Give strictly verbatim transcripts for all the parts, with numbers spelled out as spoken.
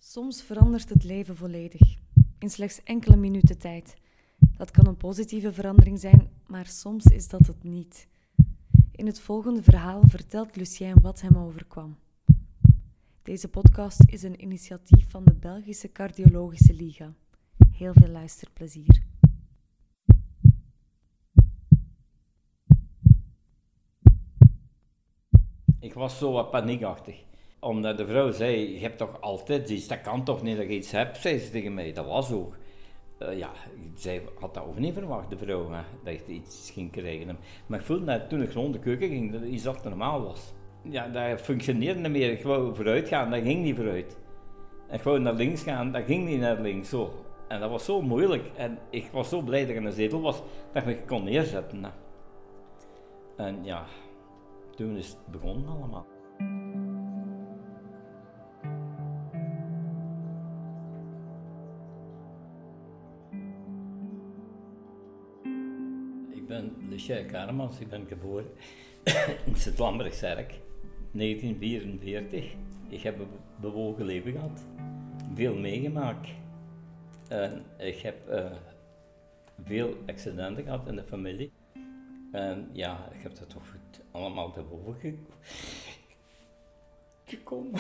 Soms verandert het leven volledig, in slechts enkele minuten tijd. Dat kan een positieve verandering zijn, maar soms is dat het niet. In het volgende verhaal vertelt Lucien wat hem overkwam. Deze podcast is een initiatief van de Belgische Cardiologische Liga. Heel veel luisterplezier. Ik was zo wat paniekachtig. Omdat de vrouw zei, je hebt toch altijd iets, dat kan toch niet dat je iets hebt, zei ze tegen mij. Dat was ook. Uh, ja, zij had dat ook niet verwacht, de vrouw, hè, dat ik iets ging krijgen. Maar ik voelde dat toen ik rond de keuken ging, dat iets dat normaal was. Ja, dat functioneerde niet meer. Ik wou vooruit gaan, dat ging niet vooruit. En ik wou naar links gaan, dat ging niet naar links, zo. En dat was zo moeilijk. En ik was zo blij dat ik in een zetel was, dat ik me kon neerzetten. Hè. En ja, toen is het begonnen allemaal. Ik ben Lucien Karmans, ik ben geboren in Sint-Lamberg-Zerk, negentien vierenveertig. Ik heb een bewogen leven gehad, veel meegemaakt. En ik heb uh, veel accidenten gehad in de familie. En ja, ik heb dat toch goed allemaal te boven gekomen.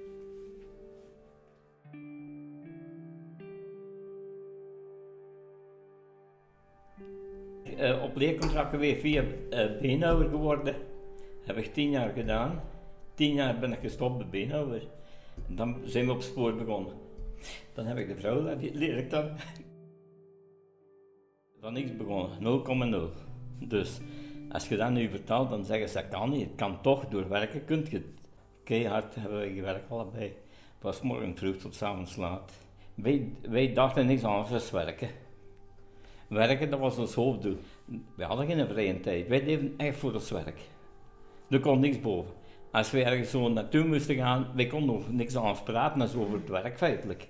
Uh, op leercontract geweest via uh, beenhouwer geworden. Heb ik tien jaar gedaan. Tien jaar ben ik gestopt bij beenhouwer. En dan zijn we op spoor begonnen. Dan heb ik de vrouw leren kennen. Van niks begonnen, nul komma nul. Dus als je dat nu vertelt, dan zeggen ze dat kan niet. Het kan toch, door werken kun je het. Keihard hebben wij gewerkt allebei. Het was morgen vroeg tot 's avonds laat. Wij, wij dachten niks anders dan werken. Werken, dat was ons hoofddoel. We hadden geen vrije tijd. Wij leefden echt voor ons werk. Er kon niks boven. Als we ergens zo naartoe moesten gaan, wij konden nog niks anders praten dan over het werk feitelijk.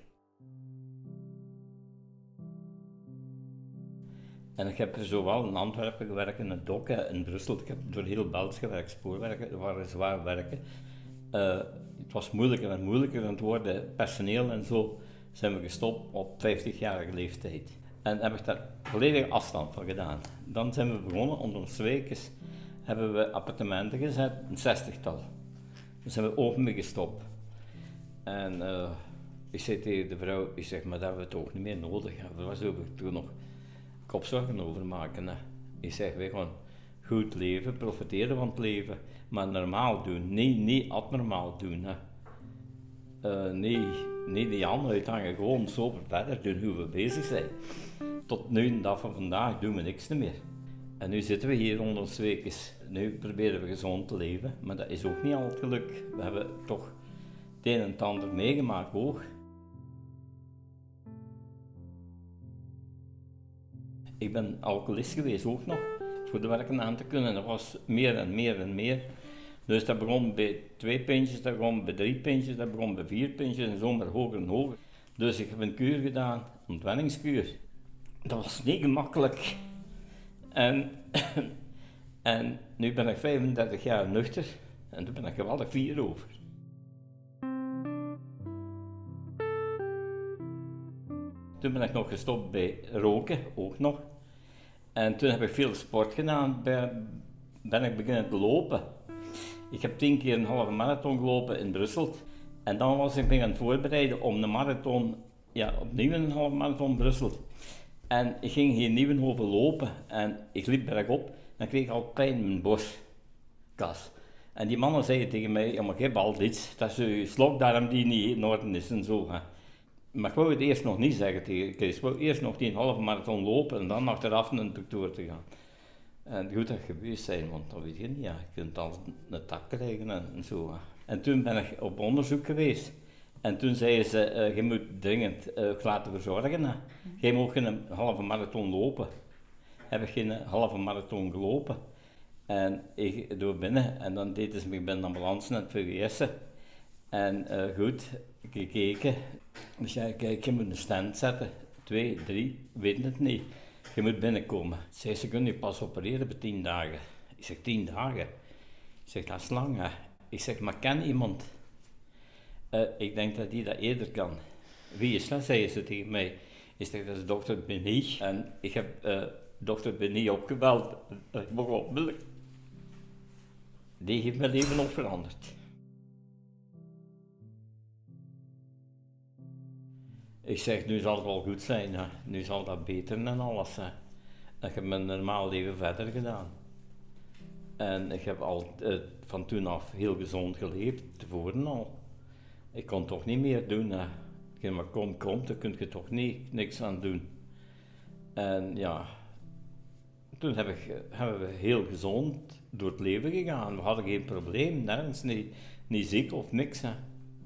En ik heb zowel in Antwerpen gewerkt, in het Dokken, in Brussel. Ik heb door heel België gewerkt, spoorwerken, dat waren zwaar werken. Uh, het was moeilijker en moeilijker aan het worden. Personeel en zo zijn we gestopt op vijftigjarige leeftijd. En heb ik daar volledig afstand van gedaan. Dan zijn we begonnen, onder ons wekens hebben we appartementen gezet, een zestigtal. Dan zijn we open mee gestopt. En uh, ik zei tegen de vrouw, ik zeg, maar dat hebben we toch niet meer nodig. Daar was ook toen nog kopzorgen over maken. Hè. Ik zeg, wij gaan goed leven, profiteren van het leven, maar normaal doen, niet, niet abnormaal doen. Hè. Uh, nee, niet die handen uithangen, gewoon zo verder doen hoe we bezig zijn. Tot nu en dag van vandaag doen we niks meer. En nu zitten we hier onder ons wekens. Nu proberen we gezond te leven, maar dat is ook niet altijd geluk. We hebben toch het een en het ander meegemaakt ook. Ik ben alcoholist geweest ook nog, voor de werken aan te kunnen. Dat was meer en meer en meer. Dus dat begon bij twee pintjes, dat begon bij drie pintjes, dat begon bij vier pintjes en zo maar hoger en hoger. Dus ik heb een kuur gedaan, een ontwenningskuur. Dat was niet gemakkelijk. En, en nu ben ik vijfendertig jaar nuchter en toen ben ik geweldig fier over. Toen ben ik nog gestopt bij roken, ook nog. En toen heb ik veel sport gedaan, ben, ben ik beginnen te lopen. Ik heb tien keer een halve marathon gelopen in Brussel. En dan was ik me aan het voorbereiden om de marathon, ja, opnieuw een halve marathon in Brussel. En ik ging hier Nieuwenhoven lopen en ik liep bergop en kreeg al pijn in mijn borstkas. En die mannen zeiden tegen mij, ja maar je hebt al iets, dat is je slokdarm die niet in orde is en zo. Hè. Maar ik wou het eerst nog niet zeggen tegen Chris, ik wou eerst nog die halve marathon lopen en dan achteraf naar de dokter te gaan. En goed dat geweest zijn, want dat weet je niet, ja. Je kunt al een tak krijgen en, en zo. Hè. En toen ben ik op onderzoek geweest. En toen zeiden ze, uh, je moet dringend uh, laten verzorgen. Hè. Je mag geen halve marathon lopen. Heb ik geen halve marathon gelopen. En ik doe binnen en dan deden ze me bij de ambulance naar het V G S. En uh, goed, gekeken. Dus ja, kijk, je moet een stand zetten. Twee, drie, weet het niet. Je moet binnenkomen. Ze ze kunnen je pas opereren bij tien dagen. Ik zeg, tien dagen? Ik zeg, dat is lang hè. Ik zeg, maar ken iemand? Uh, ik denk dat hij dat eerder kan. Wie is dat, zei ze tegen mij. Ik zeg, dat is dokter Beni. En ik heb uh, dokter Beni opgebeld. Ik mocht onmiddellijk. Die heeft mijn leven ook veranderd. Ik zeg, nu zal het wel goed zijn. Hè. Nu zal dat beter en alles. Hè. Ik heb mijn normaal leven verder gedaan. En ik heb al uh, van toen af heel gezond geleefd, tevoren al. Ik kon toch niet meer doen. Hè. Als je maar komt, komt, dan kun je toch niet, niks aan doen. En ja, toen heb ik, hebben we heel gezond door het leven gegaan. We hadden geen probleem, nergens, niet, niet ziek of niks. Hè.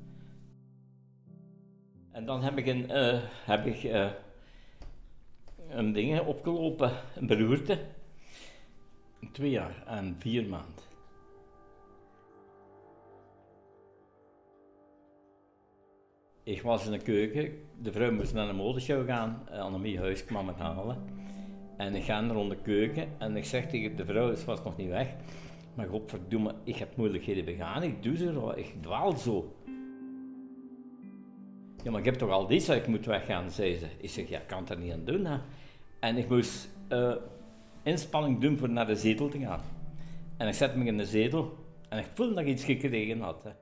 En dan heb ik een, uh, heb ik, uh, een ding opgelopen, een beroerte. Twee jaar en vier maanden. Ik was in de keuken, de vrouw moest naar de modeshow gaan, Annemie Huis kwam het halen. En ik ga rond de keuken en ik zeg tegen de vrouw, ze was nog niet weg, maar godverdomme, ik heb moeilijkheden begaan, ik doe ze, ik dwaal zo. Ja, maar ik heb toch al dit, ik moet weggaan, zei ze. Ik zeg, ja, ik kan het er niet aan doen. Hè. En ik moest uh, inspanning doen voor naar de zetel te gaan. En ik zet me in de zetel en ik voelde dat ik iets gekregen had. Hè.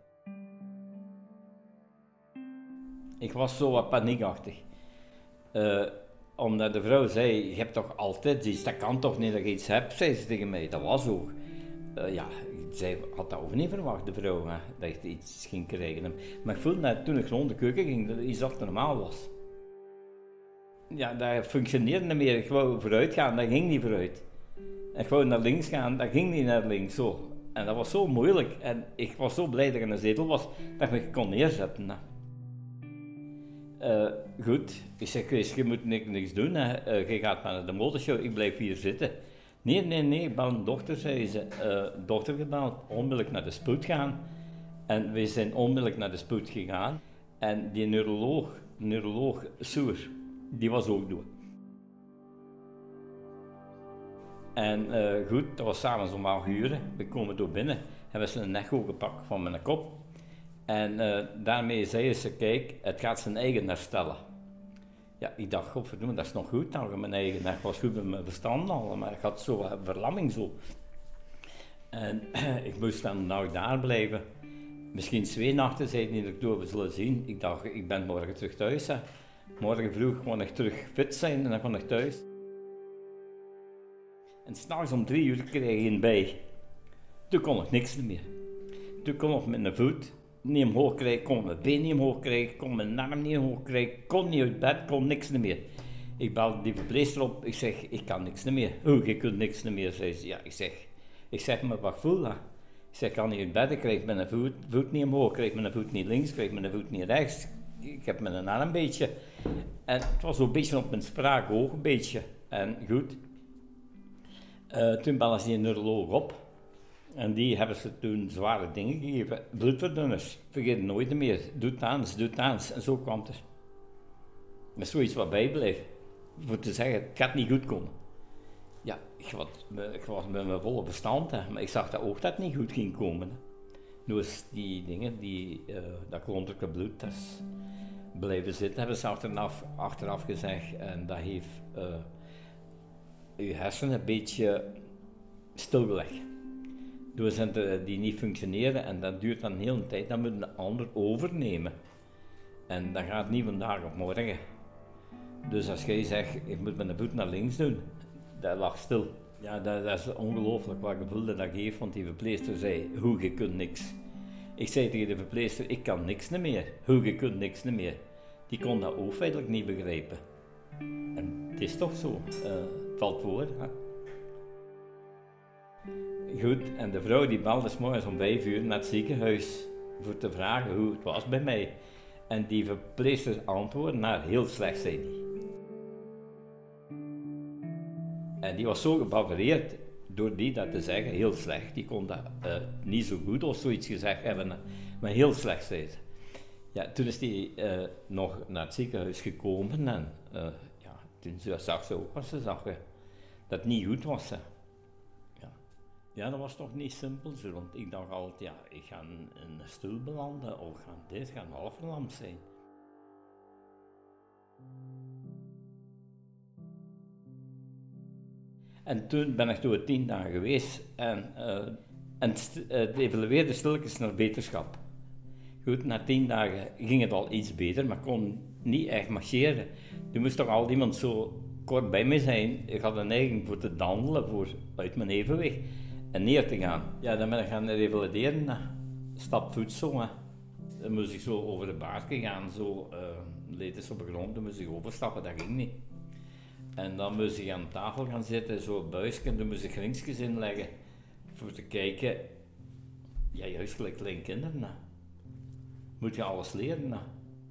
Ik was zo wat paniekachtig. Uh, omdat de vrouw zei, je hebt toch altijd iets, dat kan toch niet dat je iets hebt, zei ze tegen mij. Dat was ook. Uh, ja, zij had dat ook niet verwacht, de vrouw, hè, dat ik iets ging krijgen. Maar ik voelde dat toen ik rond de keuken ging, dat iets dat normaal was. Ja, dat functioneerde niet meer. Ik wou vooruit gaan, dat ging niet vooruit. Ik wou naar links gaan, dat ging niet naar links, zo. En dat was zo moeilijk. En ik was zo blij dat ik in de zetel was, dat ik me kon neerzetten. Hè. Uh, goed, ik zeg, Chris, je moet niks, niks doen, hè. Uh, je gaat maar naar de motorshow, ik blijf hier zitten. Nee, nee, nee, ik bel een dokter, zei ze. Uh, dokter gebeld, onmiddellijk naar de spoed gaan. En we zijn onmiddellijk naar de spoed gegaan. En die neuroloog, neuroloog Soer, die was ook dood. En uh, goed, dat was s'avonds om acht uur. We komen door binnen, hebben ze een echo gepakt van mijn kop. En uh, daarmee zei ze, kijk, het gaat zijn eigen herstellen. Ja, ik dacht, godverdomme, dat is nog goed. Nou, mijn eigen dag was goed met mijn verstand al, maar ik had zo een verlamming zo. En ik moest dan nou daar blijven. Misschien twee nachten, zei de dokter, we zullen zien. Ik dacht, ik ben morgen terug thuis. Hè. Morgen vroeg kon ik terug fit zijn en dan kon ik thuis. En s'nachts om drie uur kreeg ik een bij. Toen kon ik niks meer. Toen kon ik met mijn voet niet omhoog krijgen, kon mijn been niet omhoog krijgen, kon mijn arm niet omhoog krijgen, kon niet uit bed, kon niks meer. Ik belde die verpleegster op, ik zeg, ik kan niks meer. Oh, je kunt niks meer, zei ze. Ja, ik zeg, ik zeg maar wat voel dat? Ik zeg, ik kan niet uit bed, ik krijg mijn voet, voet niet omhoog, ik krijg mijn voet niet links, ik krijg mijn voet niet rechts. Ik heb mijn arm een beetje. En het was zo'n beetje op mijn spraak ook een beetje. En goed. Uh, toen bellen ze die neuroloog op. En die hebben ze toen zware dingen gegeven. Bloedverdunners, vergeet het nooit meer. Doe het aan, doe het aan. En zo kwam het er. Met zoiets wat bijblijft. Voor te zeggen, het gaat niet goed komen. Ja, ik was, ik was met mijn volle verstand, hè, maar ik zag dat ook dat het niet goed ging komen. Hè. Dus die dingen, die, uh, dat klontelijke bloed, dat is blijven zitten, hebben ze achteraf, achteraf gezegd. En dat heeft uh, je hersenen een beetje stilgelegd. Dus die niet functioneren en dat duurt dan een hele tijd, dan moet een ander overnemen. En dat gaat niet vandaag of morgen. Dus als jij zegt, ik moet mijn voet naar links doen, dat lag stil. Ja, dat, dat is ongelooflijk wat gevoel dat geeft, want die verpleegster zei, hoe, je kunt niks. Ik zei tegen de verpleegster, ik kan niks meer. Hoe, je kunt niks meer. Die kon dat ook feitelijk niet begrijpen. En het is toch zo, uh, het valt voor. Hè? Goed, en de vrouw die belde 's morgens om vijf uur naar het ziekenhuis voor te vragen hoe het was bij mij. En die verpleegster antwoordde, nou, heel slecht, zei die. En die was zo gebavereerd door die dat te zeggen, heel slecht. Die kon dat uh, niet zo goed of zoiets gezegd hebben, maar heel slecht, zei ze. Ja, toen is die uh, nog naar het ziekenhuis gekomen en uh, ja, toen zag ze ook wat ze zag, hè, dat het niet goed was. Hè. Ja. Ja, dat was toch niet simpel zo, want ik dacht altijd, ja, ik ga in een stoel belanden of ga dit, ga een halfverlamd zijn. En toen ben ik door tien dagen geweest en, uh, en het, uh, het evolueerde stilletjes naar beterschap. Goed, na tien dagen ging het al iets beter, maar ik kon niet echt marcheren. Er moest toch al iemand zo kort bij me zijn. Ik had een neiging voor te dandelen, voor uit mijn evenwicht en neer te gaan. Ja, dan ben ik gaan revalideren, stapvoets zo. Hè. Dan moest ik zo over de baarken gaan, zo uh, leed is op de grond, dan moest ik overstappen, dat ging niet. En dan moest ik aan tafel gaan zitten, zo een buisje, dan moest ik ringsjes inleggen, voor te kijken, ja juist gelijk kleine kinderen. Hè. Moet je alles leren. Hè.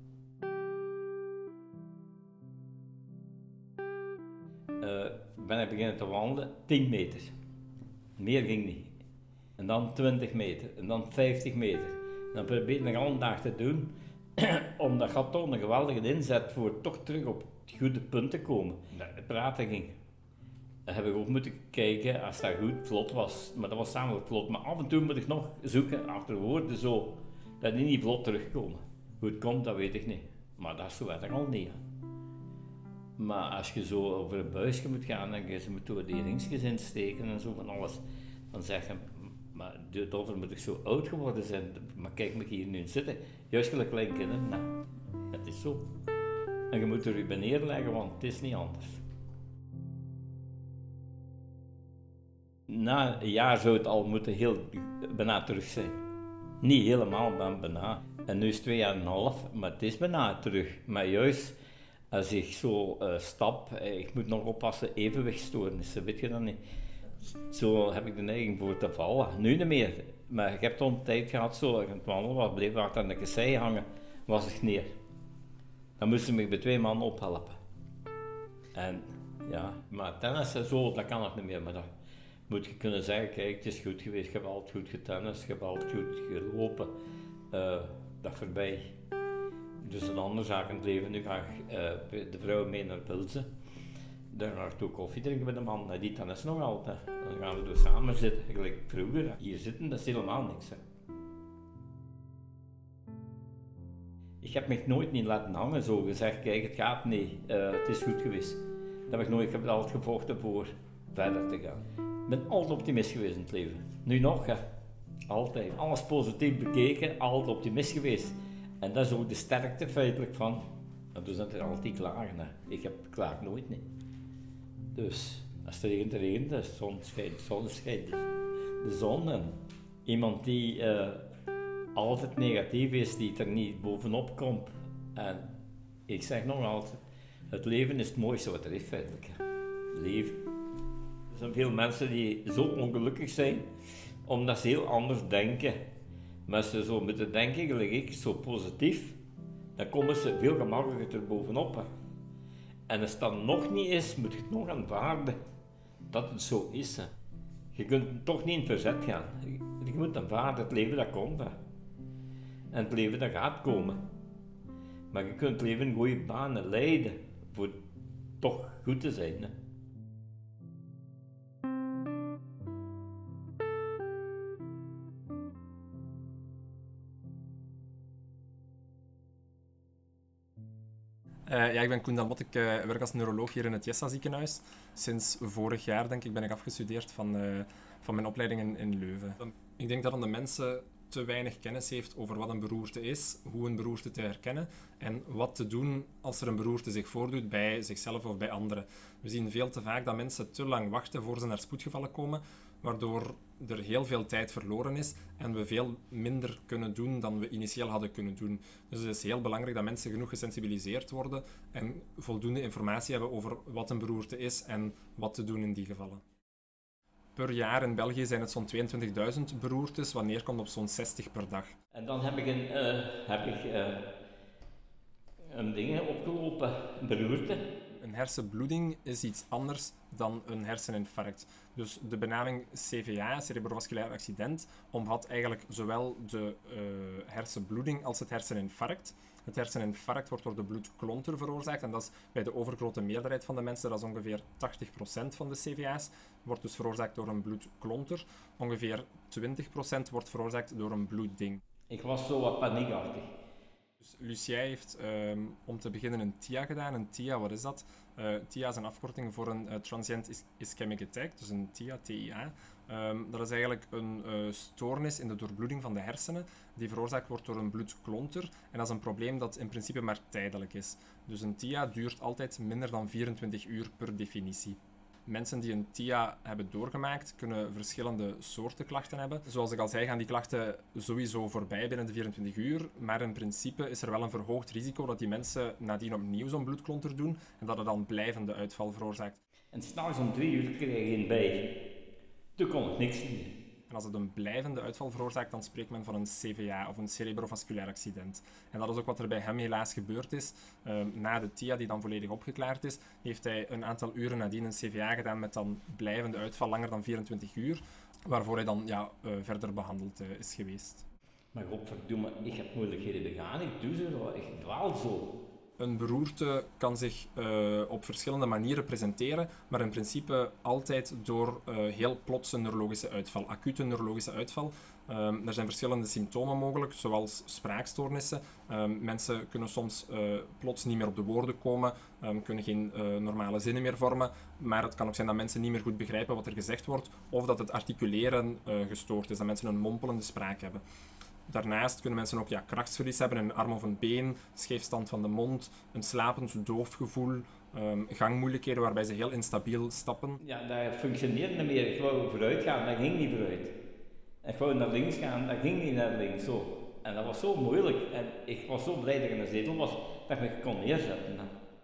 Uh, ben ik beginnen te wandelen, tien meter. Meer ging niet. En dan twintig meter, en dan vijftig meter. En dan probeer ik alle dag te doen, omdat had toch een geweldige inzet voor toch terug op het goede punt te komen. Het praten ging. Dan heb ik ook moeten kijken als dat goed, vlot was. Maar dat was tamelijk vlot. Maar af en toe moet ik nog zoeken achter woorden zo, dat die niet vlot terugkomen. Hoe het komt, dat weet ik niet. Maar dat is zo werkt al niet. Hè. Maar als je zo over een buisje moet gaan en je moet door die ringsjes insteken en zo van alles, dan zeg je, maar daarover moet ik zo oud geworden zijn. Maar kijk me hier nu zitten. Juist gelijk klein kinderen. Nou, het is zo. En je moet er je bij neerleggen, want het is niet anders. Na een jaar zou het al moeten heel bijna terug zijn. Niet helemaal, maar bijna. En nu is het twee jaar en een half, maar het is bijna terug. Maar juist als ik zo uh, stap, ik moet nog oppassen, evenwichtstoornissen, weet je dat niet? Zo heb ik de neiging voor te vallen. Nu niet meer. Maar ik heb toen een tijd gehad, zo, ik aan het wandelen was, bleef achter aan de kassei hangen, was ik neer. Dan moesten me bij twee man ophelpen. En ja, maar tennissen zo, dat kan nog niet meer. Maar dan moet je kunnen zeggen, kijk, het is goed geweest, je hebt altijd goed getennist, je hebt altijd goed gelopen. Uh, dat voorbij. Dus een andere zaak in het leven, nu ga ik uh, de vrouw mee naar Pilsen. Daar naartoe koffie drinken met de man, die tennis nog altijd. Dan gaan we dus samen zitten, gelijk vroeger. Hier zitten, dat is helemaal niks. Hè. Ik heb me nooit niet laten hangen, zo gezegd, kijk, het gaat niet, uh, het is goed geweest. Dat heb ik nooit, ik heb altijd gevochten voor verder te gaan. Ik ben altijd optimist geweest in het leven. Nu nog, hè. Altijd. Alles positief bekeken, altijd optimist geweest. En dat is ook de sterkte feitelijk van, en dus dat er altijd klagen. Hè. Ik heb klaag nooit niet. Dus als het regent, regent, de zon schijnt, de zon schijnt, de zon. En iemand die uh, altijd negatief is, die er niet bovenop komt. En ik zeg nog altijd, het leven is het mooiste wat er is feitelijk. Leven. Er zijn veel mensen die zo ongelukkig zijn, omdat ze heel anders denken. Maar als ze zo moeten denken, gelijk ik, zo positief, dan komen ze veel gemakkelijker er bovenop. Hè. En als dat nog niet is, moet je het nog aanvaarden dat het zo is. Hè. Je kunt toch niet in verzet gaan. Je moet aanvaarden, het leven dat komt. Hè. En het leven dat gaat komen. Maar je kunt het leven in goede banen leiden, voor toch goed te zijn. Hè. Uh, ja, ik ben Koen Dan Bot, ik uh, werk als neuroloog hier in het Jessa ziekenhuis. Sinds vorig jaar, denk ik, ben ik afgestudeerd van, uh, van mijn opleiding in, in Leuven. Ik denk dat dan de mensen te weinig kennis heeft over wat een beroerte is, hoe een beroerte te herkennen en wat te doen als er een beroerte zich voordoet bij zichzelf of bij anderen. We zien veel te vaak dat mensen te lang wachten voor ze naar spoedgevallen komen, waardoor er heel veel tijd verloren is en we veel minder kunnen doen dan we initieel hadden kunnen doen. Dus het is heel belangrijk dat mensen genoeg gesensibiliseerd worden en voldoende informatie hebben over wat een beroerte is en wat te doen in die gevallen. Per jaar in België zijn het zo'n tweeëntwintigduizend beroertes, wat neerkomt op zo'n zestig per dag. En dan heb ik een, uh, heb ik, uh, een ding opgelopen, een beroerte. Een hersenbloeding is iets anders dan een herseninfarct. Dus de benaming C V A, cerebrovasculair accident, omvat eigenlijk zowel de uh, hersenbloeding als het herseninfarct. Het herseninfarct wordt door de bloedklonter veroorzaakt en dat is bij de overgrote meerderheid van de mensen, dat is ongeveer tachtig procent van de C V A's, wordt dus veroorzaakt door een bloedklonter. Ongeveer twintig procent wordt veroorzaakt door een bloedding. Ik was zo wat paniekachtig. Dus Lucien heeft um, om te beginnen een T I A gedaan. Een T I A, wat is dat? Uh, T I A is een afkorting voor een uh, Transient Ischemic Attack, dus een T I A, T I A. Um, dat is eigenlijk een uh, stoornis in de doorbloeding van de hersenen die veroorzaakt wordt door een bloedklonter. En dat is een probleem dat in principe maar tijdelijk is. Dus een T I A duurt altijd minder dan vierentwintig uur per definitie. Mensen die een T I A hebben doorgemaakt, kunnen verschillende soorten klachten hebben. Zoals ik al zei, gaan die klachten sowieso voorbij binnen de vierentwintig uur. Maar in principe is er wel een verhoogd risico dat die mensen nadien opnieuw zo'n bloedklonter doen en dat het dan blijvende uitval veroorzaakt. En s'nachts om drie uur kreeg ik een bij. Toen kon ik niks meer. En als het een blijvende uitval veroorzaakt, dan spreekt men van een C V A of een cerebrovasculair accident. En dat is ook wat er bij hem helaas gebeurd is. Uh, na de T I A, die dan volledig opgeklaard is, heeft hij een aantal uren nadien een C V A gedaan met dan blijvende uitval langer dan vierentwintig uur, waarvoor hij dan ja, uh, verder behandeld uh, is geweest. Maar godverdomme, ik heb moeilijkheden begaan, ik doe zo, ik dwaal zo. Een beroerte kan zich uh, op verschillende manieren presenteren, maar in principe altijd door uh, heel plotse neurologische uitval, acute neurologische uitval. Um, er zijn verschillende symptomen mogelijk, zoals spraakstoornissen. Um, mensen kunnen soms uh, plots niet meer op de woorden komen, um, kunnen geen uh, normale zinnen meer vormen, maar het kan ook zijn dat mensen niet meer goed begrijpen wat er gezegd wordt, of dat het articuleren uh, gestoord is, dat mensen een mompelende spraak hebben. Daarnaast kunnen mensen ook ja, krachtsverlies hebben in een arm of een been, scheefstand van de mond, een slapend doofgevoel, um, gangmoeilijkheden waarbij ze heel instabiel stappen. Ja, dat functioneerde niet meer. Ik wou vooruit gaan, dat ging niet vooruit. Ik wou naar links gaan, dat ging niet naar links. Zo. En dat was zo moeilijk. En ik was zo blij dat ik in de zetel was, dat ik me kon neerzetten.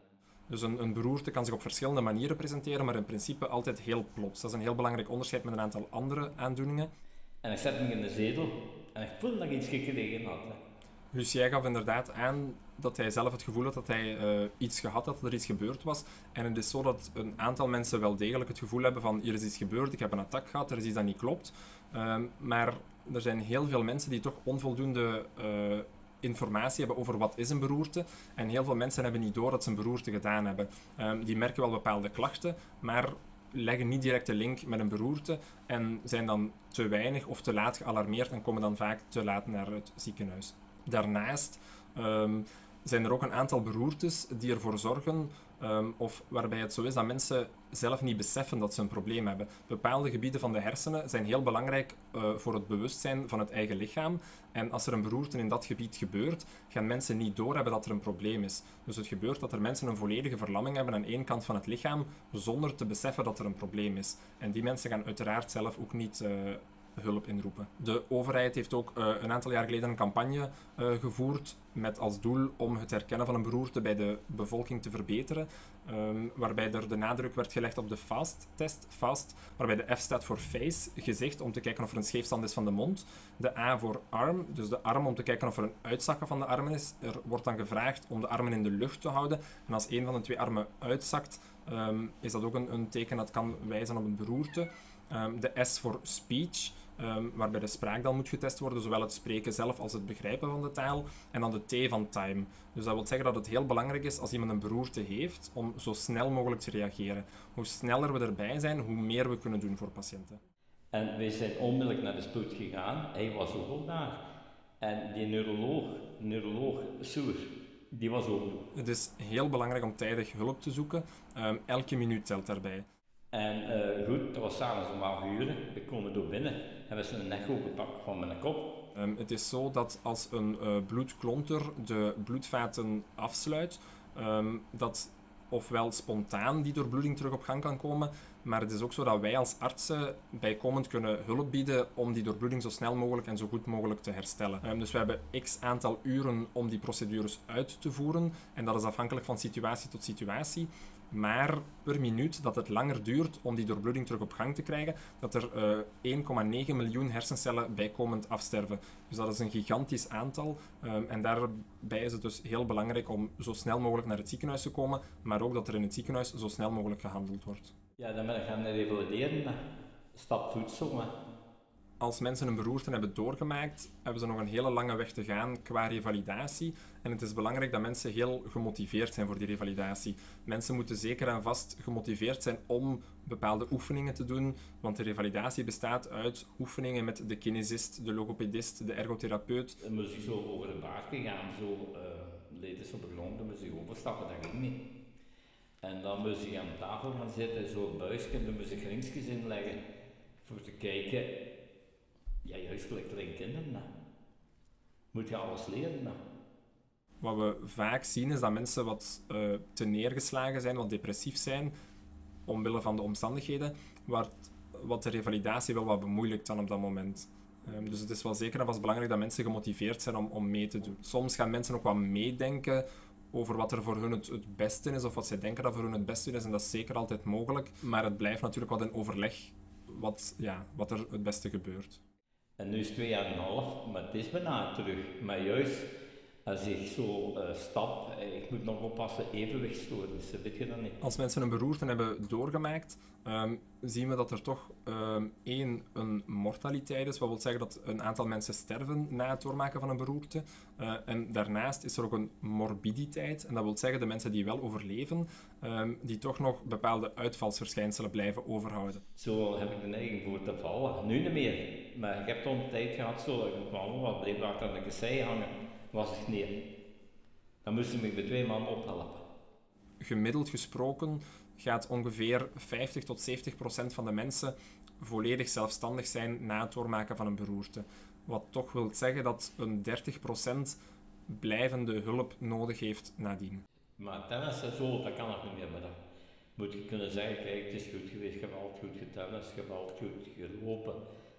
Dus een, een beroerte kan zich op verschillende manieren presenteren, maar in principe altijd heel plots. Dat is een heel belangrijk onderscheid met een aantal andere aandoeningen. En ik zette me in de zetel en ik voelde dat ik iets gekregen had. Lucien gaf inderdaad aan dat hij zelf het gevoel had dat hij uh, iets gehad had, dat er iets gebeurd was. En het is zo dat een aantal mensen wel degelijk het gevoel hebben van hier is iets gebeurd, ik heb een attack gehad, er is iets dat niet klopt. Um, maar er zijn heel veel mensen die toch onvoldoende uh, informatie hebben over wat is een beroerte. En heel veel mensen hebben niet door dat ze een beroerte gedaan hebben. Um, die merken wel bepaalde klachten, maar leggen niet direct de link met een beroerte en zijn dan te weinig of te laat gealarmeerd en komen dan vaak te laat naar het ziekenhuis. Daarnaast um, zijn er ook een aantal beroertes die ervoor zorgen, um, of waarbij het zo is dat mensen zelf niet beseffen dat ze een probleem hebben. Bepaalde gebieden van de hersenen zijn heel belangrijk uh, voor het bewustzijn van het eigen lichaam. En als er een beroerte in dat gebied gebeurt, gaan mensen niet doorhebben dat er een probleem is. Dus het gebeurt dat er mensen een volledige verlamming hebben aan één kant van het lichaam, zonder te beseffen dat er een probleem is. En die mensen gaan uiteraard zelf ook niet Uh, hulp inroepen. De overheid heeft ook uh, een aantal jaar geleden een campagne uh, gevoerd met als doel om het herkennen van een beroerte bij de bevolking te verbeteren, um, waarbij er de nadruk werd gelegd op de FAST-test, FAST, waarbij de F staat voor face, gezicht, om te kijken of er een scheefstand is van de mond, de A voor arm, dus de arm om te kijken of er een uitzakken van de armen is. Er wordt dan gevraagd om de armen in de lucht te houden en als een van de twee armen uitzakt, um, is dat ook een, een teken dat kan wijzen op een beroerte. Um, de S voor speech, um, waarbij de spraak dan moet getest worden, zowel het spreken zelf als het begrijpen van de taal. En dan de T van time. Dus dat wil zeggen dat het heel belangrijk is als iemand een beroerte heeft, om zo snel mogelijk te reageren. Hoe sneller we erbij zijn, hoe meer we kunnen doen voor patiënten. En wij zijn onmiddellijk naar de spoed gegaan. Hij was ook al daar. En die neuroloog, neuroloog Soer, die was ook door. Het is heel belangrijk om tijdig hulp te zoeken. Um, elke minuut telt daarbij. En uh, goed, dat was s'avonds om acht uur. We komen door binnen. Hebben ze een echo gepakt van mijn kop. Um, het is zo dat als een uh, bloedklonter de bloedvaten afsluit, um, dat ofwel spontaan die doorbloeding terug op gang kan komen, maar het is ook zo dat wij als artsen bijkomend kunnen hulp bieden om die doorbloeding zo snel mogelijk en zo goed mogelijk te herstellen. Um, dus we hebben x aantal uren om die procedures uit te voeren en dat is afhankelijk van situatie tot situatie. Maar per minuut dat het langer duurt om die doorbloeding terug op gang te krijgen, dat er uh, één komma negen miljoen hersencellen bijkomend afsterven. Dus dat is een gigantisch aantal. Um, en daarbij is het dus heel belangrijk om zo snel mogelijk naar het ziekenhuis te komen, maar ook dat er in het ziekenhuis zo snel mogelijk gehandeld wordt. Ja, dan ben ik gaan revalideren. Stapvoet zo, maar. Als mensen een beroerte hebben doorgemaakt, hebben ze nog een hele lange weg te gaan qua revalidatie. En het is belangrijk dat mensen heel gemotiveerd zijn voor die revalidatie. Mensen moeten zeker en vast gemotiveerd zijn om bepaalde oefeningen te doen, want de revalidatie bestaat uit oefeningen met de kinesist, de logopedist, de ergotherapeut. Dan moest ik zo over de baard gaan, zo uh, leden ze op de grond, dan moest ik overstappen, dat ging niet. En dan moest ik aan tafel gaan zitten, zo'n buisje, dan moest ik ringsjes inleggen voor te kijken. Ja, juist gelijk kleine kinderen. Nou. Moet je alles leren. Nou. Wat we vaak zien is dat mensen wat uh, te neergeslagen zijn, wat depressief zijn, omwille van de omstandigheden, waar het, wat de revalidatie wel wat bemoeilijkt dan op dat moment. Um, dus het is wel zeker en vast belangrijk dat mensen gemotiveerd zijn om, om mee te doen. Soms gaan mensen ook wat meedenken over wat er voor hun het, het beste is, of wat zij denken dat voor hun het beste is, en dat is zeker altijd mogelijk. Maar het blijft natuurlijk wat in overleg wat, ja, wat er het beste gebeurt. En nu is het twee jaar en een half, maar het is bijna terug. Maar juist als ik zo uh, stap, ik moet nog oppassen, evenwichtstoornissen, weet je dat niet? Als mensen een beroerte hebben doorgemaakt, um, zien we dat er toch um, één, een mortaliteit is, wat wil zeggen dat een aantal mensen sterven na het doormaken van een beroerte. Uh, en daarnaast is er ook een morbiditeit, en dat wil zeggen de mensen die wel overleven, um, die toch nog bepaalde uitvalsverschijnselen blijven overhouden. Zo heb ik de neiging voor te vallen. Nu niet meer, maar ik heb toch een tijd gehad, zo, ik kwam wat bleef achter een kassei hangen. Was ik neer. Dan moest ik me bij twee man ophelpen. Gemiddeld gesproken gaat ongeveer vijftig tot zeventig procent van de mensen volledig zelfstandig zijn na het doormaken van een beroerte. Wat toch wil zeggen dat een dertig procent blijvende hulp nodig heeft nadien. Maar tennissen zo, dat kan nog niet meer. Maar dan moet je kunnen zeggen, kijk, het is goed geweest, je hebt altijd goed getennist, je hebt altijd goed gelopen.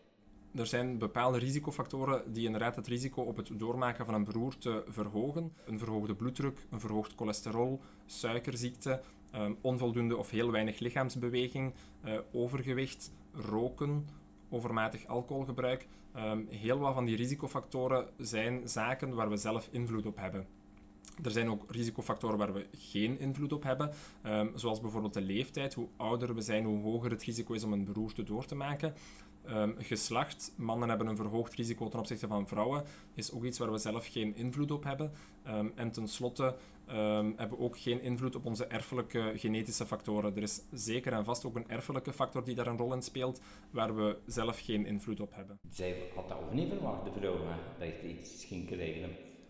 Er zijn bepaalde risicofactoren die inderdaad het risico op het doormaken van een beroerte verhogen. Een verhoogde bloeddruk, een verhoogd cholesterol, suikerziekte, um, onvoldoende of heel weinig lichaamsbeweging, uh, overgewicht, roken, overmatig alcoholgebruik. Um, heel wat van die risicofactoren zijn zaken waar we zelf invloed op hebben. Er zijn ook risicofactoren waar we geen invloed op hebben, um, zoals bijvoorbeeld de leeftijd. Hoe ouder we zijn, hoe hoger het risico is om een beroerte door te maken. Um, geslacht, mannen hebben een verhoogd risico ten opzichte van vrouwen, is ook iets waar we zelf geen invloed op hebben. Um, en tenslotte um, hebben we ook geen invloed op onze erfelijke genetische factoren. Er is zeker en vast ook een erfelijke factor die daar een rol in speelt, waar we zelf geen invloed op hebben. Zij had dat ook niet verwacht, de vrouw, hè, dat je iets ging krijgen.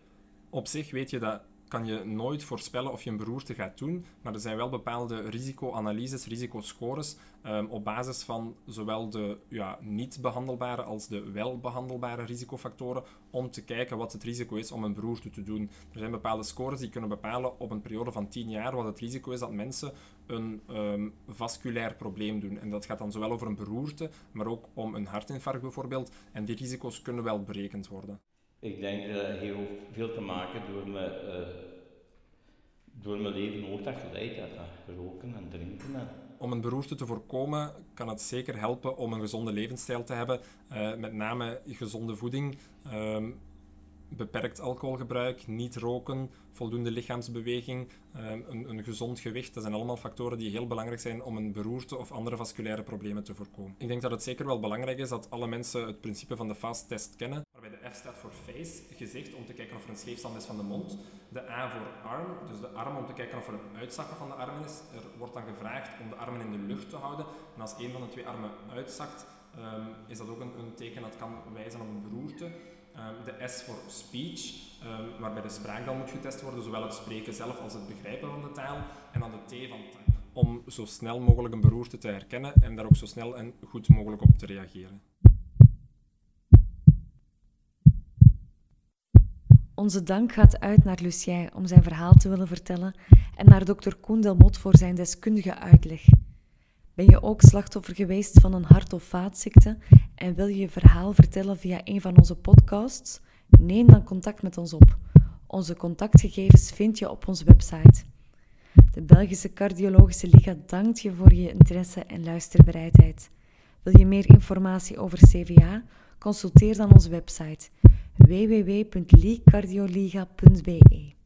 Op zich weet je dat kan je nooit voorspellen of je een beroerte gaat doen, maar er zijn wel bepaalde risicoanalyses, risicoscores, um, op basis van zowel de ja, niet behandelbare als de wel behandelbare risicofactoren, om te kijken wat het risico is om een beroerte te doen. Er zijn bepaalde scores die kunnen bepalen op een periode van tien jaar wat het risico is dat mensen een um, vasculair probleem doen. En dat gaat dan zowel over een beroerte, maar ook om een hartinfarct bijvoorbeeld. En die risico's kunnen wel berekend worden. Ik denk dat het heel veel te maken door mijn, uh, door mijn leven ook dat geleid had, roken en drinken. En... Om een beroerte te voorkomen kan het zeker helpen om een gezonde levensstijl te hebben, uh, met name gezonde voeding, um, beperkt alcoholgebruik, niet roken, voldoende lichaamsbeweging, um, een, een gezond gewicht. Dat zijn allemaal factoren die heel belangrijk zijn om een beroerte of andere vasculaire problemen te voorkomen. Ik denk dat het zeker wel belangrijk is dat alle mensen het principe van de FAST-test kennen, waarbij de F staat voor face, gezicht, om te kijken of er een scheefstand is van de mond. De A voor arm, dus de arm om te kijken of er een uitzakken van de armen is. Er wordt dan gevraagd om de armen in de lucht te houden. En als een van de twee armen uitzakt, um, is dat ook een, een teken dat kan wijzen op een beroerte. Um, de S voor speech, um, waarbij de spraak dan moet getest worden, zowel het spreken zelf als het begrijpen van de taal. En dan de T van taal, om zo snel mogelijk een beroerte te herkennen en daar ook zo snel en goed mogelijk op te reageren. Onze dank gaat uit naar Lucien om zijn verhaal te willen vertellen en naar dokter Koen Delmotte voor zijn deskundige uitleg. Ben je ook slachtoffer geweest van een hart- of vaatziekte en wil je je verhaal vertellen via een van onze podcasts? Neem dan contact met ons op. Onze contactgegevens vind je op onze website. De Belgische Cardiologische Liga dankt je voor je interesse en luisterbereidheid. Wil je meer informatie over C V A? Consulteer dan onze website w w w punt licardioliga punt b e.